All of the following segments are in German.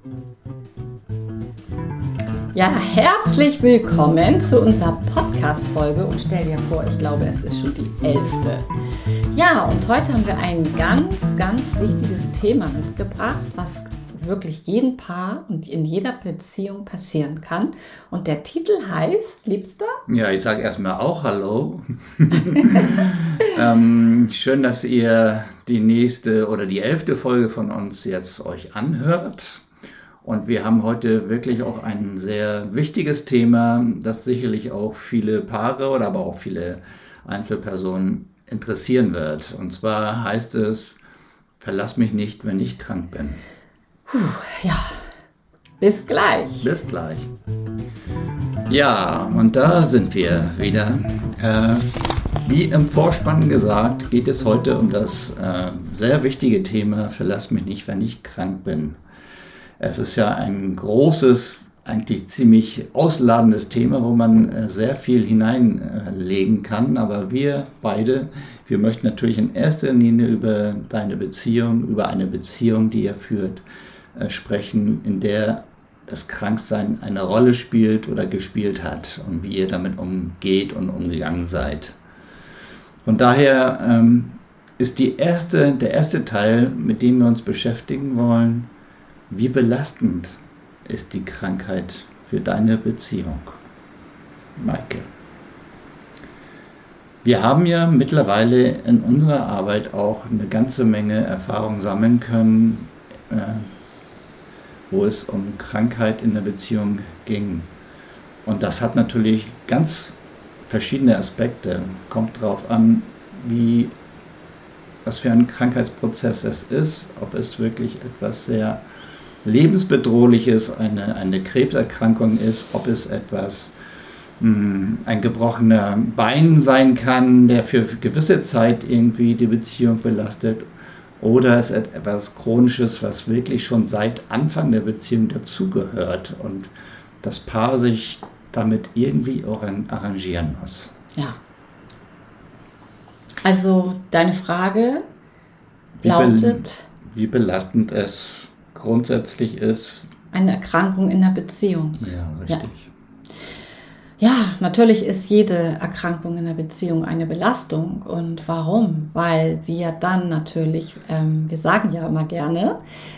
Ja, herzlich willkommen zu unserer Podcast-Folge und stell dir vor, ich glaube, es ist schon die 11. Ja, und heute haben wir ein ganz, ganz wichtiges Thema mitgebracht, was wirklich jedem Paar und in jeder Beziehung passieren kann. Und der Titel heißt, Liebster? Ja, ich sage erstmal auch Hallo. Schön, dass ihr die nächste oder die 11. Folge von uns jetzt euch anhört. Und wir haben heute wirklich auch ein sehr wichtiges Thema, das sicherlich auch viele Paare oder aber auch viele Einzelpersonen interessieren wird. Und zwar heißt es, verlass mich nicht, wenn ich krank bin. Ja, bis gleich. Bis gleich. Ja, und da sind wir wieder. Wie im Vorspann gesagt, geht es heute um das sehr wichtige Thema, verlass mich nicht, wenn ich krank bin. Es ist ja ein großes, eigentlich ziemlich ausladendes Thema, wo man sehr viel hineinlegen kann. Aber wir beide, wir möchten natürlich in erster Linie über deine Beziehung, über eine Beziehung, die ihr führt, sprechen, in der das Kranksein eine Rolle spielt oder gespielt hat und wie ihr damit umgeht und umgegangen seid. Von daher ist der erste Teil, mit dem wir uns beschäftigen wollen, wie belastend ist die Krankheit für deine Beziehung, Maike? Wir haben ja mittlerweile in unserer Arbeit auch eine ganze Menge Erfahrung sammeln können, wo es um Krankheit in der Beziehung ging. Und das hat natürlich ganz verschiedene Aspekte. Kommt darauf an, was für ein Krankheitsprozess es ist, ob es wirklich etwas sehr lebensbedrohliches, eine Krebserkrankung ist, ob es ein gebrochener Bein sein kann, der für gewisse Zeit irgendwie die Beziehung belastet, oder es ist etwas Chronisches, was wirklich schon seit Anfang der Beziehung dazugehört und das Paar sich damit irgendwie arrangieren muss. Ja. Also deine Frage lautet, wie belastend es grundsätzlich ist. Eine Erkrankung in der Beziehung. Ja, richtig. Ja, natürlich ist jede Erkrankung in der Beziehung eine Belastung. Und warum? Weil wir dann natürlich, wir sagen ja immer gerne,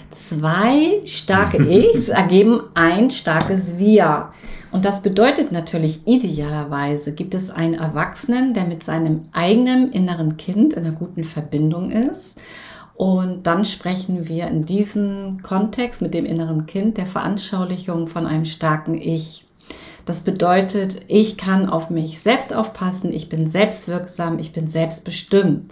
2 starke Ichs ergeben ein starkes Wir. Und das bedeutet natürlich, idealerweise gibt es einen Erwachsenen, der mit seinem eigenen inneren Kind in einer guten Verbindung ist. Und dann sprechen wir in diesem Kontext mit dem inneren Kind der Veranschaulichung von einem starken Ich. Das bedeutet, ich kann auf mich selbst aufpassen, ich bin selbstwirksam, ich bin selbstbestimmt.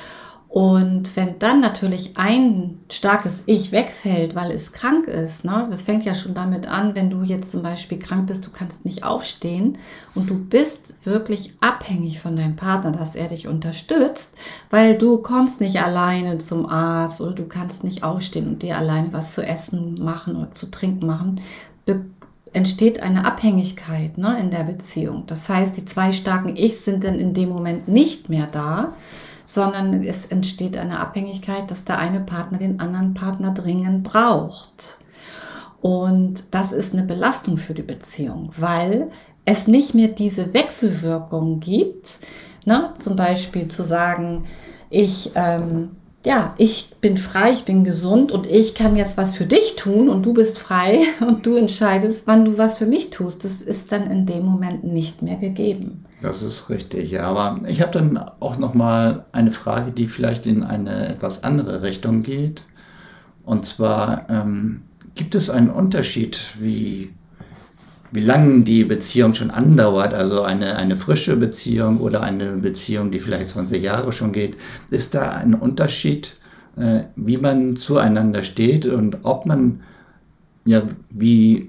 Und wenn dann natürlich ein starkes Ich wegfällt, weil es krank ist, ne, das fängt ja schon damit an, wenn du jetzt zum Beispiel krank bist, du kannst nicht aufstehen und du bist wirklich abhängig von deinem Partner, dass er dich unterstützt, weil du kommst nicht alleine zum Arzt oder du kannst nicht aufstehen und dir alleine was zu essen machen oder zu trinken machen, entsteht eine Abhängigkeit, ne, in der Beziehung. Das heißt, die 2 starken Ichs sind dann in dem Moment nicht mehr da, sondern es entsteht eine Abhängigkeit, dass der eine Partner den anderen Partner dringend braucht. Und das ist eine Belastung für die Beziehung, weil es nicht mehr diese Wechselwirkung gibt, ne? Zum Beispiel zu sagen, ich bin frei, ich bin gesund und ich kann jetzt was für dich tun und du bist frei und du entscheidest, wann du was für mich tust. Das ist dann in dem Moment nicht mehr gegeben. Das ist richtig, ja. Aber ich habe dann auch nochmal eine Frage, die vielleicht in eine etwas andere Richtung geht. Und zwar, gibt es einen Unterschied, wie lange die Beziehung schon andauert, also eine frische Beziehung oder eine Beziehung, die vielleicht 20 Jahre schon geht? Ist da ein Unterschied, wie man zueinander steht und ob man, ja, wie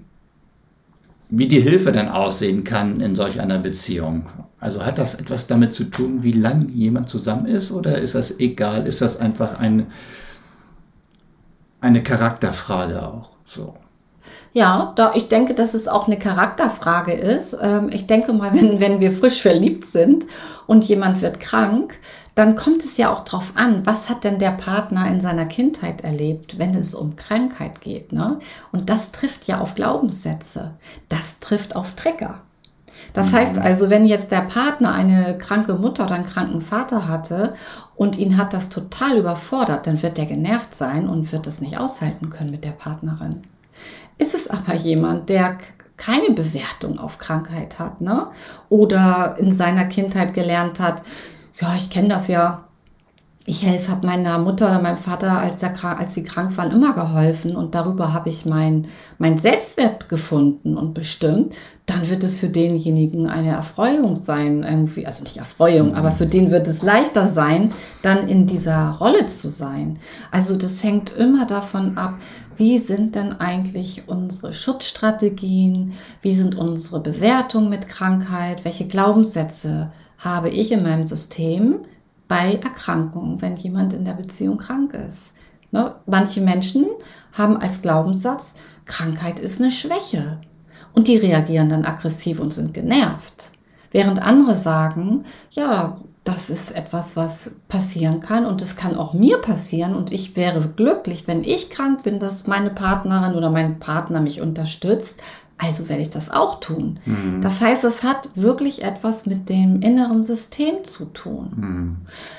die Hilfe dann aussehen kann in solch einer Beziehung? Also hat das etwas damit zu tun, wie lang jemand zusammen ist, oder ist das egal? Ist das einfach eine Charakterfrage auch so? Ja, ich denke, dass es auch eine Charakterfrage ist. Ich denke mal, wenn wir frisch verliebt sind und jemand wird krank, dann kommt es ja auch drauf an, was hat denn der Partner in seiner Kindheit erlebt, wenn es um Krankheit geht, ne? Und das trifft ja auf Glaubenssätze, das trifft auf Trigger. Das heißt also, wenn jetzt der Partner eine kranke Mutter oder einen kranken Vater hatte und ihn hat das total überfordert, dann wird der genervt sein und wird es nicht aushalten können mit der Partnerin. Ist es aber jemand, der keine Bewertung auf Krankheit hat, ne? Oder in seiner Kindheit gelernt hat, ja, ich kenne das ja, ich habe meiner Mutter oder meinem Vater, als sie krank waren, immer geholfen und darüber habe ich mein Selbstwert gefunden und bestimmt, dann wird es für denjenigen eine Erfreuung sein, irgendwie, also nicht Erfreuung, aber für den wird es leichter sein, dann in dieser Rolle zu sein. Also das hängt immer davon ab, wie sind denn eigentlich unsere Schutzstrategien, wie sind unsere Bewertungen mit Krankheit, welche Glaubenssätze habe ich in meinem System bei Erkrankungen, wenn jemand in der Beziehung krank ist. Ne? Manche Menschen haben als Glaubenssatz, Krankheit ist eine Schwäche. Und die reagieren dann aggressiv und sind genervt. Während andere sagen, ja, das ist etwas, was passieren kann und es kann auch mir passieren und ich wäre glücklich, wenn ich krank bin, dass meine Partnerin oder mein Partner mich unterstützt. Also werde ich das auch tun. Das heißt, es hat wirklich etwas mit dem inneren System zu tun.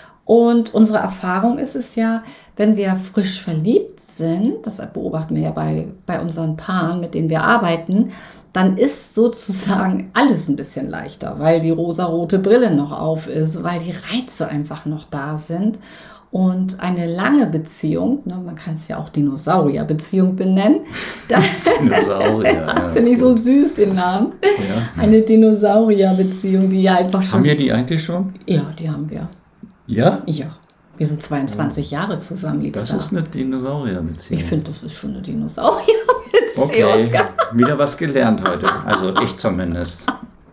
Und unsere Erfahrung ist es ja, wenn wir frisch verliebt sind, das beobachten wir ja bei unseren Paaren, mit denen wir arbeiten, dann ist sozusagen alles ein bisschen leichter, weil die rosarote Brille noch auf ist, weil die Reize einfach noch da sind. Und eine lange Beziehung, ne, man kann es ja auch Dinosaurier-Beziehung benennen. Dinosaurier, das finde ich so süß, den Namen. Ja. Eine Dinosaurier-Beziehung, die ja einfach schon... Haben wir die eigentlich schon? Ja, die haben wir. Ja? Ja. Wir sind 22 Jahre zusammen, Liebster. Das ist eine Dinosaurier-Beziehung. Ich finde, das ist schon eine Dinosaurier-Beziehung. Okay, wieder was gelernt heute. Also ich zumindest.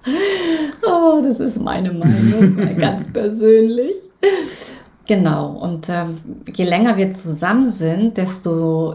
Oh, das ist meine Meinung, ganz persönlich. Genau, und je länger wir zusammen sind, desto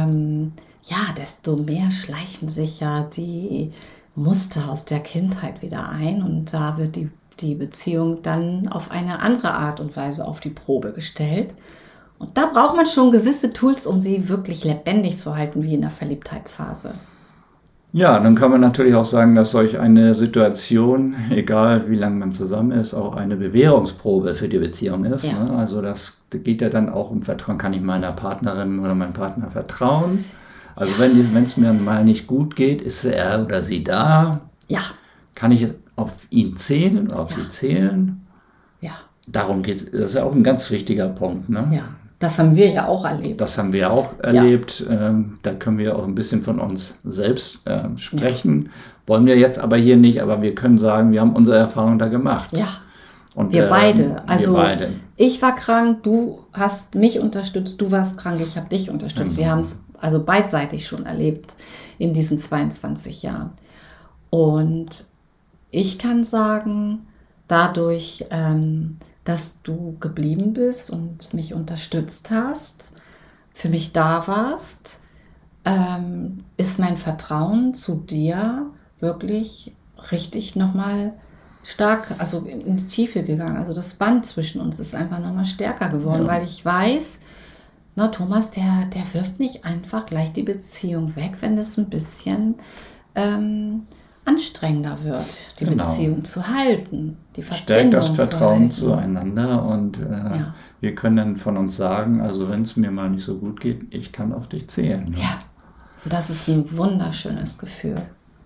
mehr schleichen sich ja die Muster aus der Kindheit wieder ein und da wird die Beziehung dann auf eine andere Art und Weise auf die Probe gestellt. Und da braucht man schon gewisse Tools, um sie wirklich lebendig zu halten, wie in der Verliebtheitsphase. Ja, dann kann man natürlich auch sagen, dass solch eine Situation, egal wie lange man zusammen ist, auch eine Bewährungsprobe für die Beziehung ist. Ja. Ne? Also das geht ja dann auch um Vertrauen. Kann ich meiner Partnerin oder meinem Partner vertrauen? Also wenn es mir mal nicht gut geht, ist er oder sie da? Ja. Kann ich auf ihn zählen, auf sie zählen? Ja. Darum geht es. Das ist ja auch ein ganz wichtiger Punkt. Ne? Ja. Das haben wir ja auch erlebt. Das haben wir auch erlebt. Da können wir auch ein bisschen von uns selbst sprechen. Ja. Wollen wir jetzt aber hier nicht, aber wir können sagen, wir haben unsere Erfahrung da gemacht. Ja, und wir beide. Also wir beide. Ich war krank, du hast mich unterstützt, du warst krank, ich habe dich unterstützt. Wir haben es also beidseitig schon erlebt in diesen 22 Jahren. Und ich kann sagen, dadurch... dass du geblieben bist und mich unterstützt hast, für mich da warst, ist mein Vertrauen zu dir wirklich richtig nochmal stark, also in die Tiefe gegangen. Also das Band zwischen uns ist einfach nochmal stärker geworden, weil ich weiß, na Thomas, der wirft nicht einfach gleich die Beziehung weg, wenn es ein bisschen anstrengender wird, die Beziehung zu halten, die Verbindung stärkt das Vertrauen zueinander und wir können dann von uns sagen, also wenn es mir mal nicht so gut geht, ich kann auf dich zählen. Ne? Ja, das ist ein wunderschönes Gefühl.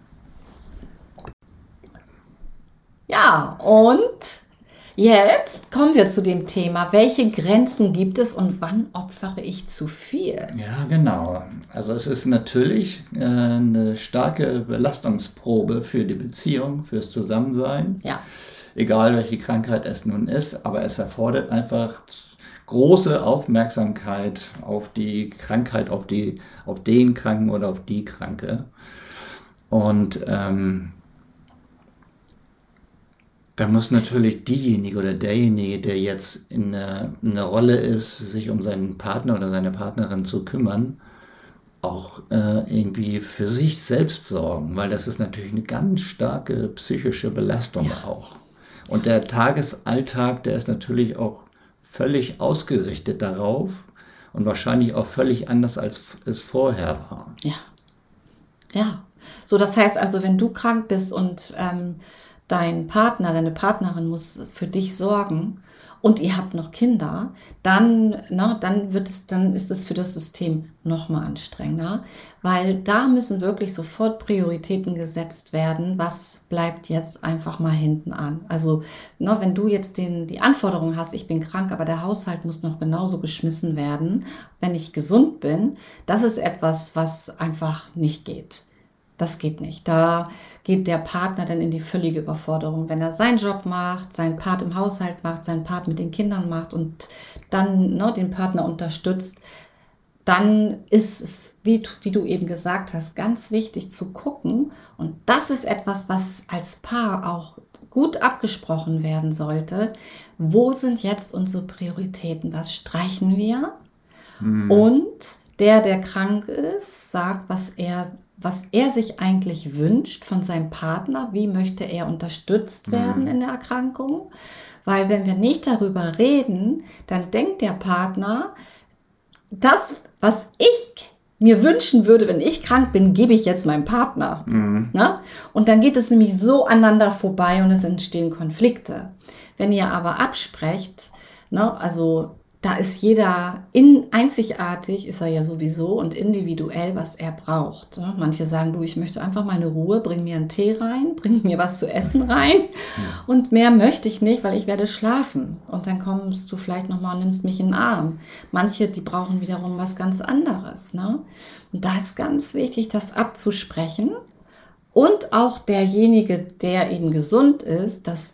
Ja, und jetzt kommen wir zu dem Thema, welche Grenzen gibt es und wann opfere ich zu viel? Ja, genau. Also es ist natürlich eine starke Belastungsprobe für die Beziehung, fürs Zusammensein. Ja. Egal welche Krankheit es nun ist, aber es erfordert einfach große Aufmerksamkeit auf die Krankheit, auf den Kranken oder auf die Kranke. Und da muss natürlich diejenige oder derjenige, der jetzt in einer Rolle ist, sich um seinen Partner oder seine Partnerin zu kümmern, auch irgendwie für sich selbst sorgen, weil das ist natürlich eine ganz starke psychische Belastung auch. Und der Tagesalltag, der ist natürlich auch völlig ausgerichtet darauf und wahrscheinlich auch völlig anders, als es vorher war. Ja, ja. So, das heißt also, wenn du krank bist und dein Partner, deine Partnerin muss für dich sorgen und ihr habt noch Kinder, dann ist es für das System noch mal anstrengender, weil da müssen wirklich sofort Prioritäten gesetzt werden. Was bleibt jetzt einfach mal hinten an? Also, wenn du jetzt die Anforderung hast, ich bin krank, aber der Haushalt muss noch genauso geschmissen werden, wenn ich gesund bin, das ist etwas, was einfach nicht geht. Das geht nicht. Da geht der Partner dann in die völlige Überforderung. Wenn er seinen Job macht, seinen Part im Haushalt macht, seinen Part mit den Kindern macht und dann den Partner unterstützt, dann ist es, wie du eben gesagt hast, ganz wichtig zu gucken. Und das ist etwas, was als Paar auch gut abgesprochen werden sollte. Wo sind jetzt unsere Prioritäten? Was streichen wir? Und der krank ist, sagt, was er sich eigentlich wünscht von seinem Partner, wie möchte er unterstützt werden in der Erkrankung. Weil wenn wir nicht darüber reden, dann denkt der Partner, das, was ich mir wünschen würde, wenn ich krank bin, gebe ich jetzt meinem Partner. Ne? Und dann geht es nämlich so aneinander vorbei und es entstehen Konflikte. Wenn ihr aber absprecht, also da ist jeder einzigartig, ist er ja sowieso, und individuell, was er braucht. Manche sagen, du, ich möchte einfach meine Ruhe, bring mir einen Tee rein, bring mir was zu essen rein und mehr möchte ich nicht, weil ich werde schlafen. Und dann kommst du vielleicht nochmal und nimmst mich in den Arm. Manche, die brauchen wiederum was ganz anderes. Ne? Und da ist ganz wichtig, das abzusprechen. Und auch derjenige, der eben gesund ist, dass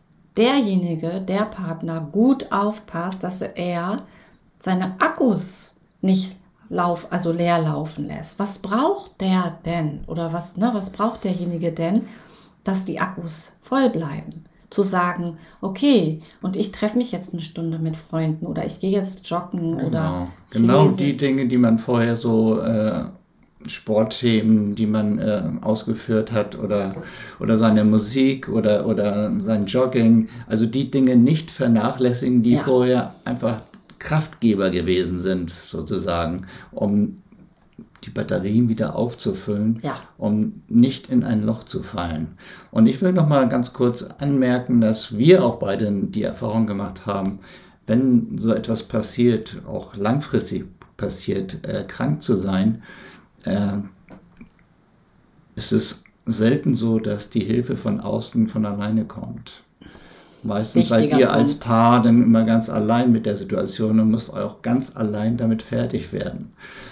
der Partner gut aufpasst, dass er seine Akkus nicht leer laufen lässt. Was braucht der denn? Oder was braucht derjenige denn, dass die Akkus voll bleiben? Zu sagen, okay, und ich treffe mich jetzt eine Stunde mit Freunden oder ich gehe jetzt joggen oder Genau die Dinge, die man vorher so Sportthemen, die man ausgeführt hat oder seine Musik oder sein Jogging, also die Dinge nicht vernachlässigen, die vorher einfach Kraftgeber gewesen sind, sozusagen, um die Batterien wieder aufzufüllen, um nicht in ein Loch zu fallen. Und ich will noch mal ganz kurz anmerken, dass wir auch beide die Erfahrung gemacht haben, wenn so etwas passiert, auch langfristig passiert, krank zu sein, ist es selten so, dass die Hilfe von außen von alleine kommt. Meistens seid ihr als Paar dann immer ganz allein mit der Situation und müsst auch ganz allein damit fertig werden.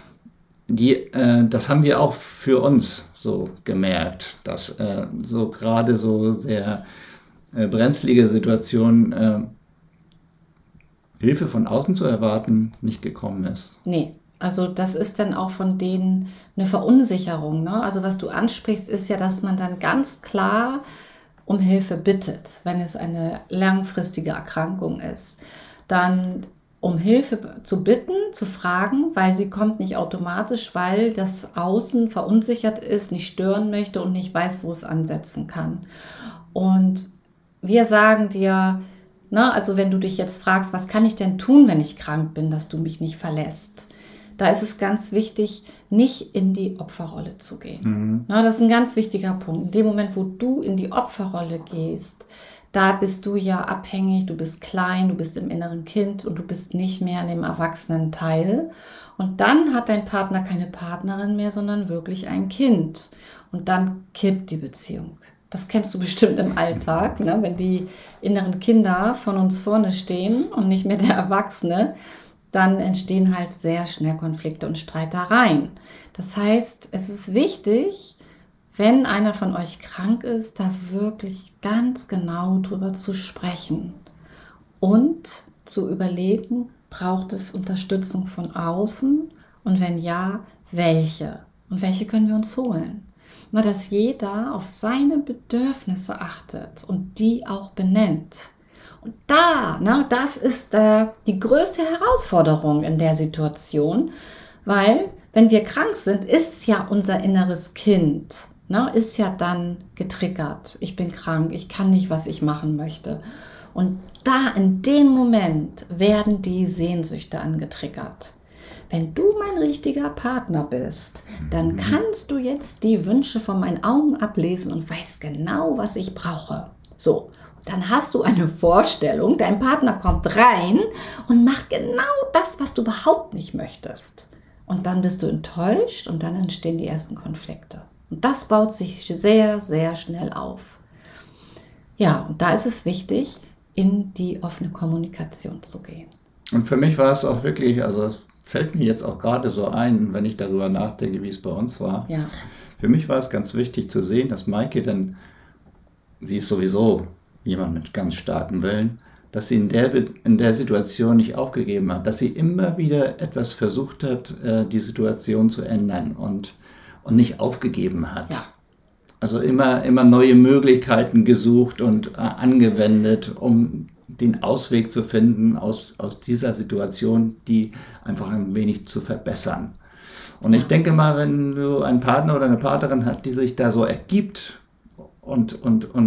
Das haben wir auch für uns so gemerkt, dass so gerade so sehr brenzlige Situationen Hilfe von außen zu erwarten nicht gekommen ist. Nee. Also das ist dann auch von denen eine Verunsicherung. Ne? Also was du ansprichst, ist ja, dass man dann ganz klar um Hilfe bittet, wenn es eine langfristige Erkrankung ist. Dann um Hilfe zu bitten, zu fragen, weil sie kommt nicht automatisch, weil das Außen verunsichert ist, nicht stören möchte und nicht weiß, wo es ansetzen kann. Und wir sagen dir, also wenn du dich jetzt fragst, was kann ich denn tun, wenn ich krank bin, dass du mich nicht verlässt? Da ist es ganz wichtig, nicht in die Opferrolle zu gehen. Das ist ein ganz wichtiger Punkt. In dem Moment, wo du in die Opferrolle gehst, da bist du ja abhängig, du bist klein, du bist im inneren Kind und du bist nicht mehr in dem erwachsenen Teil. Und dann hat dein Partner keine Partnerin mehr, sondern wirklich ein Kind. Und dann kippt die Beziehung. Das kennst du bestimmt im Alltag, wenn die inneren Kinder von uns vorne stehen und nicht mehr der Erwachsene, dann entstehen halt sehr schnell Konflikte und Streitereien. Das heißt, es ist wichtig, wenn einer von euch krank ist, da wirklich ganz genau drüber zu sprechen und zu überlegen, braucht es Unterstützung von außen und wenn ja, welche? Und welche können wir uns holen? Dass jeder auf seine Bedürfnisse achtet und die auch benennt. Und das ist die größte Herausforderung in der Situation, weil wenn wir krank sind, ist ja unser inneres Kind, ist ja dann getriggert. Ich bin krank, ich kann nicht, was ich machen möchte. Und da in dem Moment werden die Sehnsüchte angetriggert. Wenn du mein richtiger Partner bist, dann kannst du jetzt die Wünsche von meinen Augen ablesen und weißt genau, was ich brauche. So, dann hast du eine Vorstellung, dein Partner kommt rein und macht genau das, was du überhaupt nicht möchtest. Und dann bist du enttäuscht und dann entstehen die ersten Konflikte. Und das baut sich sehr, sehr schnell auf. Ja, und da ist es wichtig, in die offene Kommunikation zu gehen. Und für mich war es auch wirklich, also es fällt mir jetzt auch gerade so ein, wenn ich darüber nachdenke, wie es bei uns war. Ja. Für mich war es ganz wichtig zu sehen, dass Maike dann, sie ist sowieso jemand mit ganz starkem Willen, dass sie in der Situation nicht aufgegeben hat, dass sie immer wieder etwas versucht hat, die Situation zu ändern und nicht aufgegeben hat. Ja. Also immer neue Möglichkeiten gesucht und angewendet, um den Ausweg zu finden aus dieser Situation, die einfach ein wenig zu verbessern. Und ich denke mal, wenn du einen Partner oder eine Partnerin hast, die sich da so ergibt und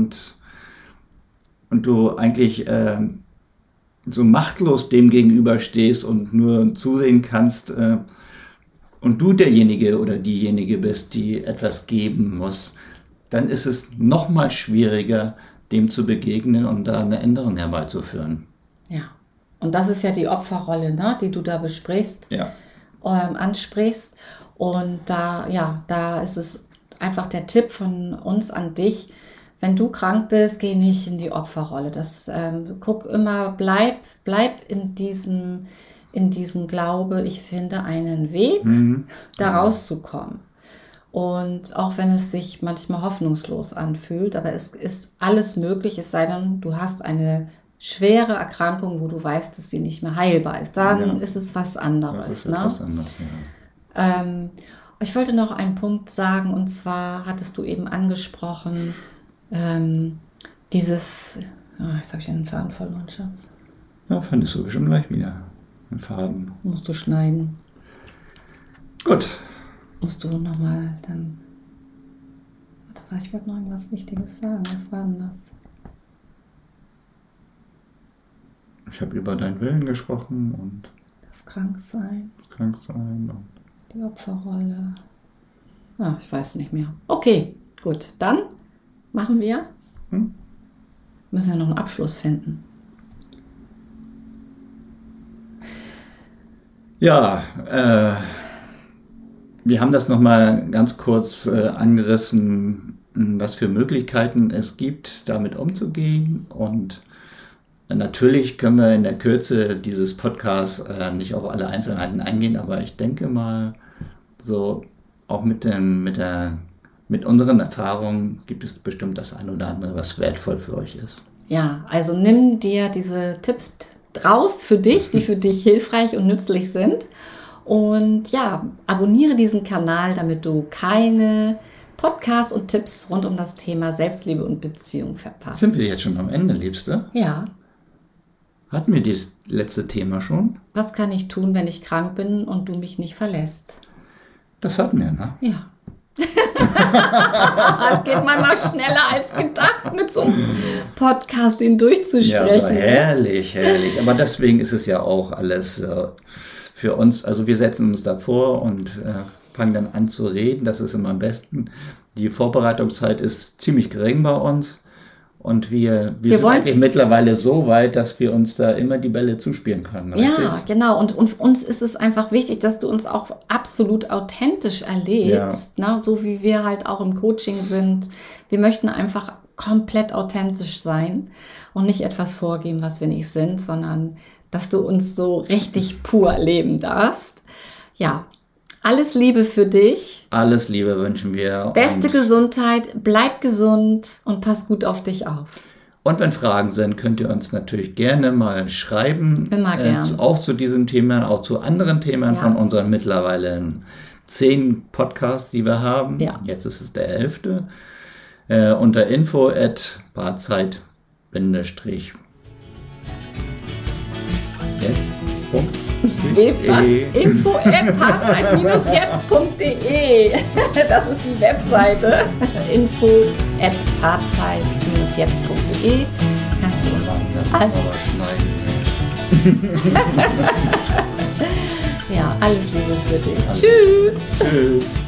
du eigentlich so machtlos dem gegenüberstehst und nur zusehen kannst und du derjenige oder diejenige bist, die etwas geben muss, dann ist es noch mal schwieriger, dem zu begegnen und da eine Änderung herbeizuführen. Ja, und das ist ja die Opferrolle, ne, die du da besprichst, Ja. Ansprichst. Und da ist es einfach der Tipp von uns an dich: Wenn du krank bist, geh nicht in die Opferrolle. Guck immer, bleib in diesem Glaube, ich finde einen Weg, da rauszukommen. Und auch wenn es sich manchmal hoffnungslos anfühlt, aber es ist alles möglich, es sei denn, du hast eine schwere Erkrankung, wo du weißt, dass sie nicht mehr heilbar ist. Dann ist es was anderes. Das ist etwas anderes, ja. Ich wollte noch einen Punkt sagen, und zwar hattest du eben angesprochen, jetzt habe ich den Faden verloren, Schatz. Ja, findest du bestimmt gleich wieder einen Faden. Musst du schneiden. Gut. Musst du nochmal dann... Ich wollte noch irgendwas Wichtiges sagen. Was war denn das? Ich habe über deinen Willen gesprochen und Das Kranksein. und Die Opferrolle. Ich weiß nicht mehr. Okay, gut. Dann machen wir. Müssen wir noch einen Abschluss finden. Ja, wir haben das nochmal ganz kurz angerissen, was für Möglichkeiten es gibt, damit umzugehen. Und natürlich können wir in der Kürze dieses Podcasts nicht auf alle Einzelheiten eingehen, aber ich denke mal, so auch mit unseren Erfahrungen gibt es bestimmt das ein oder andere, was wertvoll für euch ist. Ja, also nimm dir diese Tipps raus für dich, die für dich hilfreich und nützlich sind. Und ja, abonniere diesen Kanal, damit du keine Podcasts und Tipps rund um das Thema Selbstliebe und Beziehung verpasst. Sind wir jetzt schon am Ende, Liebste? Ja. Hatten wir dieses letzte Thema schon? Was kann ich tun, wenn ich krank bin und du mich nicht verlässt? Das hatten wir, ne? Ja. Es geht manchmal schneller als gedacht, mit so einem Podcast den durchzusprechen. Ja, so herrlich. Aber deswegen ist es ja auch alles für uns, also wir setzen uns davor und fangen dann an zu reden, das ist immer am besten. Die Vorbereitungszeit ist ziemlich gering bei uns und wir sind eigentlich mittlerweile so weit, dass wir uns da immer die Bälle zuspielen können. Richtig? Ja, genau. Und uns ist es einfach wichtig, dass du uns auch absolut authentisch erlebst, ne? So wie wir halt auch im Coaching sind. Wir möchten einfach komplett authentisch sein und nicht etwas vorgeben, was wir nicht sind, sondern dass du uns so richtig pur erleben darfst. Ja, alles Liebe für dich. Alles Liebe wünschen wir. Beste Gesundheit, bleib gesund und pass gut auf dich auf. Und wenn Fragen sind, könnt ihr uns natürlich gerne mal schreiben. Immer gern. Auch zu diesem Thema, auch zu anderen Themen von unseren mittlerweile 10 Podcasts, die wir haben. Ja. Jetzt ist es der 11. Unter info@paarzeit- info@paarzeit-jetzt.de. Das ist die Webseite. info@paarzeit-jetzt.de. Kannst so lang, das muss man schneiden. Ja, alles Liebe für dich. Alles. Tschüss. Tschüss.